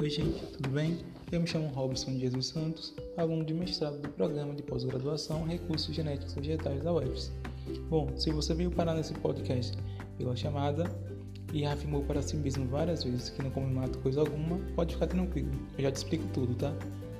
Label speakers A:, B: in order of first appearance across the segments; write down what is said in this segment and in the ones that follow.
A: Oi gente, tudo bem? Eu me chamo Robson Jesus Santos, aluno de mestrado do programa de pós-graduação Recursos Genéticos Vegetais da UFS. Bom, se você veio parar nesse podcast pela chamada e afirmou para si mesmo várias vezes que não come mato coisa alguma, pode ficar tranquilo, eu já te explico tudo, tá?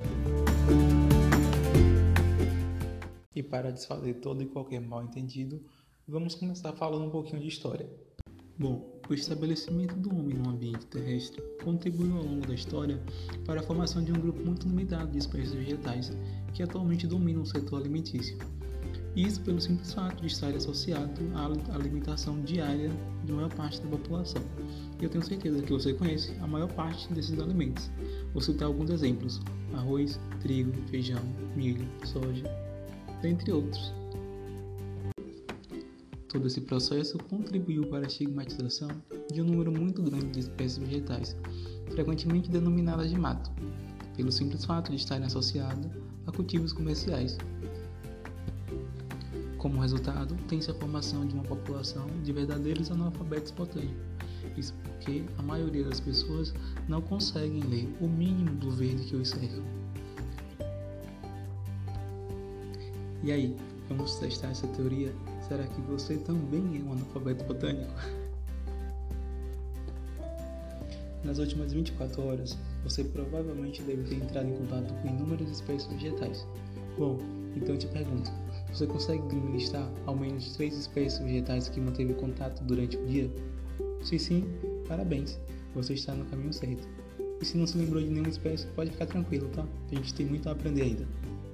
A: E para desfazer todo e qualquer mal entendido, vamos começar falando um pouquinho de história. Bom, o estabelecimento do homem no ambiente terrestre contribuiu ao longo da história para a formação de um grupo muito limitado de espécies vegetais que atualmente dominam o setor alimentício. Isso pelo simples fato de estar associado à alimentação diária de maior parte da população. E eu tenho certeza que você conhece a maior parte desses alimentos. Vou citar alguns exemplos: arroz, trigo, feijão, milho, soja, dentre outros. Todo esse processo contribuiu para a estigmatização de um número muito grande de espécies vegetais, frequentemente denominadas de mato, pelo simples fato de estarem associadas a cultivos comerciais. Como resultado, tem-se a formação de uma população de verdadeiros analfabetos botânicos. Isso porque a maioria das pessoas não conseguem ler o mínimo do verde que os cerca. E aí, vamos testar essa teoria? Será que você também é um analfabeto botânico? Nas últimas 24 horas, você provavelmente deve ter entrado em contato com inúmeras espécies vegetais. Bom, então eu te pergunto, você consegue me listar ao menos 3 espécies vegetais que manteve contato durante o dia? Se sim, parabéns, você está no caminho certo. E se não se lembrou de nenhuma espécie, pode ficar tranquilo, tá? A gente tem muito a aprender ainda.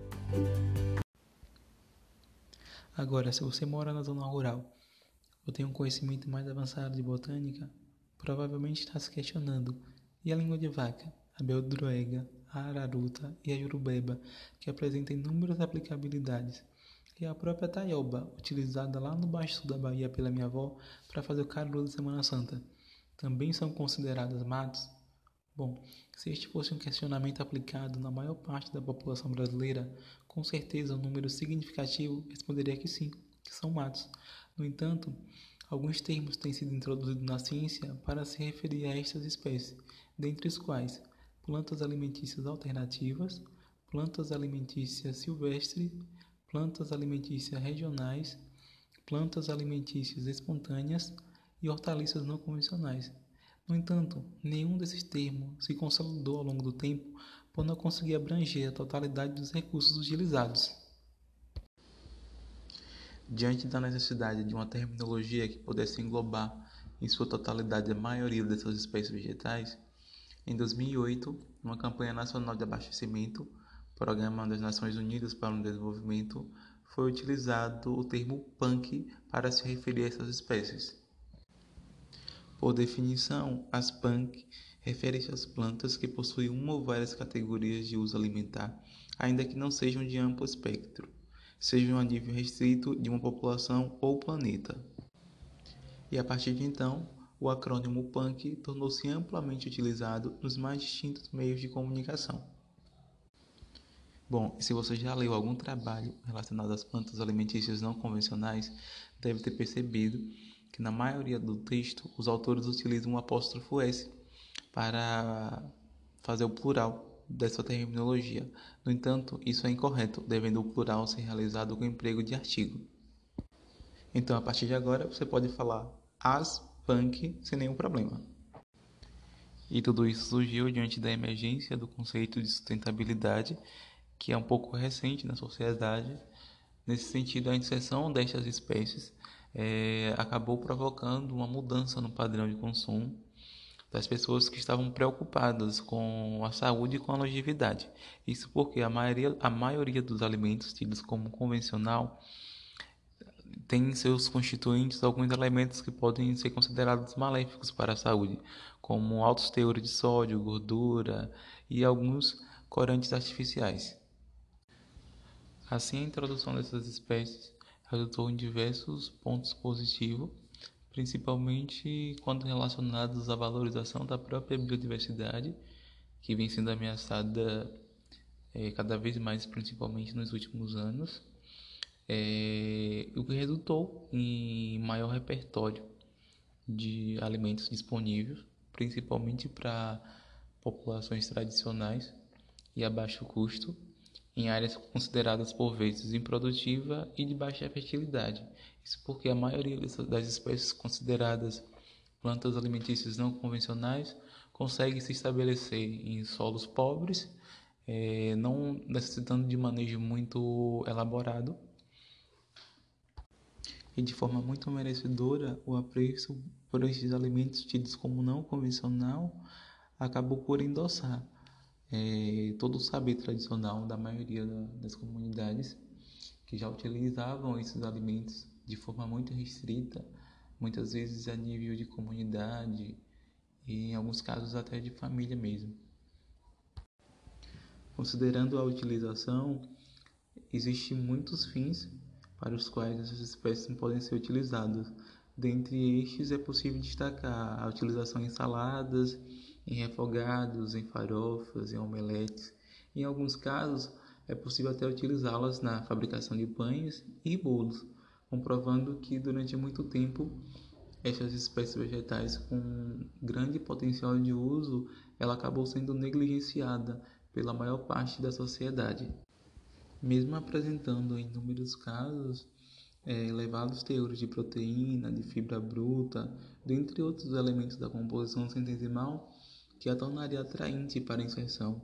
A: Agora, se você mora na zona rural ou tem um conhecimento mais avançado de botânica, provavelmente está se questionando: e a língua de vaca, a beldroega, a araruta e a jurubeba, que apresentam inúmeras aplicabilidades, e a própria taioba, utilizada lá no Baixo Sul da Bahia pela minha avó para fazer o caruru da Semana Santa, também são consideradas matos? Bom, se este fosse um questionamento aplicado na maior parte da população brasileira, com certeza um número significativo responderia que sim, que são matos. No entanto, alguns termos têm sido introduzidos na ciência para se referir a estas espécies, dentre os quais plantas alimentícias alternativas, plantas alimentícias silvestres, plantas alimentícias regionais, plantas alimentícias espontâneas e hortaliças não convencionais. No entanto, nenhum desses termos se consolidou ao longo do tempo por não conseguir abranger a totalidade dos recursos utilizados. Diante da necessidade de uma terminologia que pudesse englobar em sua totalidade a maioria dessas espécies vegetais, em 2008, numa campanha nacional de abastecimento, Programa das Nações Unidas para o Desenvolvimento, foi utilizado o termo punk para se referir a essas espécies. Por definição, as punk referem-se às plantas que possuem uma ou várias categorias de uso alimentar, ainda que não sejam de amplo espectro, sejam a nível restrito de uma população ou planeta. E a partir de então, o acrônimo PANC tornou-se amplamente utilizado nos mais distintos meios de comunicação. Bom, e se você já leu algum trabalho relacionado às plantas alimentícias não convencionais, deve ter percebido que na maioria do texto os autores utilizam um apóstrofo S para fazer o plural dessa terminologia. No entanto, isso é incorreto, devendo o plural ser realizado com emprego de artigo. Então, a partir de agora, você pode falar as punk sem nenhum problema. E tudo isso surgiu diante da emergência do conceito de sustentabilidade, que é um pouco recente na sociedade. Nesse sentido, a inserção destas espécies acabou provocando uma mudança no padrão de consumo das pessoas que estavam preocupadas com a saúde e com a longevidade. Isso porque a maioria dos alimentos tidos como convencional tem em seus constituintes alguns elementos que podem ser considerados maléficos para a saúde, como altos teores de sódio, gordura e alguns corantes artificiais. Assim, a introdução dessas espécies resultou em diversos pontos positivos, principalmente quando relacionados à valorização da própria biodiversidade, que vem sendo ameaçada cada vez mais, principalmente nos últimos anos, o que resultou em maior repertório de alimentos disponíveis, principalmente para populações tradicionais e a baixo custo, em áreas consideradas por vezes improdutiva e de baixa fertilidade. Isso porque a maioria das espécies consideradas plantas alimentícias não convencionais consegue se estabelecer em solos pobres, não necessitando de manejo muito elaborado, e de forma muito merecedora o apreço por estes alimentos tidos como não convencional acabou por endossar todo o saber tradicional da maioria das comunidades que já utilizavam esses alimentos de forma muito restrita, muitas vezes a nível de comunidade e em alguns casos até de família mesmo. Considerando a utilização, existem muitos fins para os quais essas espécies podem ser utilizadas. Dentre estes é possível destacar a utilização em saladas, em refogados, em farofas, em omeletes. Em alguns casos, é possível até utilizá-las na fabricação de pães e bolos, comprovando que durante muito tempo estas espécies vegetais com grande potencial de uso, ela acabou sendo negligenciada pela maior parte da sociedade. Mesmo apresentando em inúmeros casos elevados teores de proteína, de fibra bruta, dentre outros elementos da composição centesimal, que a tornaria atraente para a inserção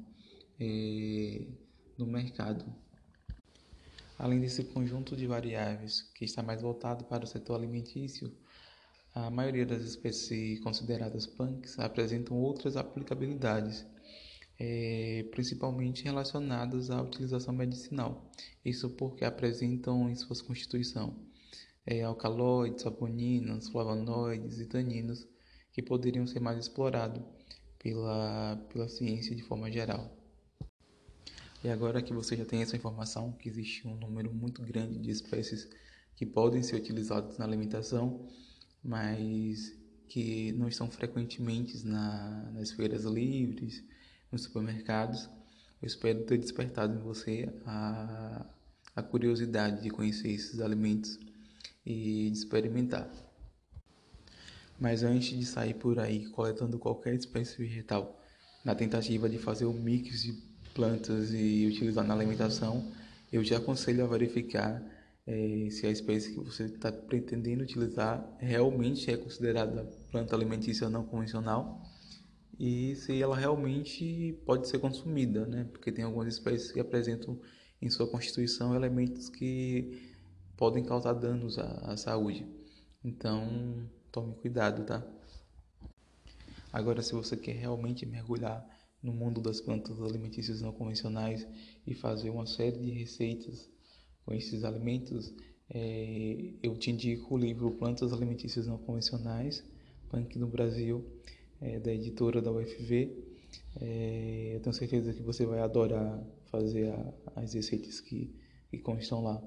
A: no mercado. Além desse conjunto de variáveis que está mais voltado para o setor alimentício, a maioria das espécies consideradas punks apresentam outras aplicabilidades, principalmente relacionadas à utilização medicinal. Isso porque apresentam em sua constituição alcaloides, saponinas, flavonoides e taninos que poderiam ser mais explorados pela ciência de forma geral. E agora que você já tem essa informação, que existe um número muito grande de espécies que podem ser utilizadas na alimentação, mas que não estão frequentemente nas feiras livres, nos supermercados, eu espero ter despertado em você a curiosidade de conhecer esses alimentos e de experimentar. Mas antes de sair por aí coletando qualquer espécie vegetal, na tentativa de fazer um mix de plantas e utilizar na alimentação, eu te aconselho a verificar se a espécie que você está pretendendo utilizar realmente é considerada planta alimentícia não convencional e se ela realmente pode ser consumida, né? Porque tem algumas espécies que apresentam em sua constituição elementos que podem causar danos à saúde. Então, tome cuidado, tá? Agora, se você quer realmente mergulhar no mundo das plantas alimentícias não convencionais e fazer uma série de receitas com esses alimentos, eu te indico o livro Plantas Alimentícias Não Convencionais, Punk no Brasil, da editora da UFV. Eu tenho certeza que você vai adorar fazer as receitas que constam lá.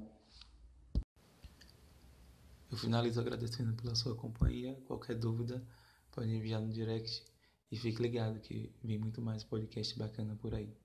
A: Eu finalizo agradecendo pela sua companhia. Qualquer dúvida, pode enviar no direct. E fique ligado que vem muito mais podcast bacana por aí.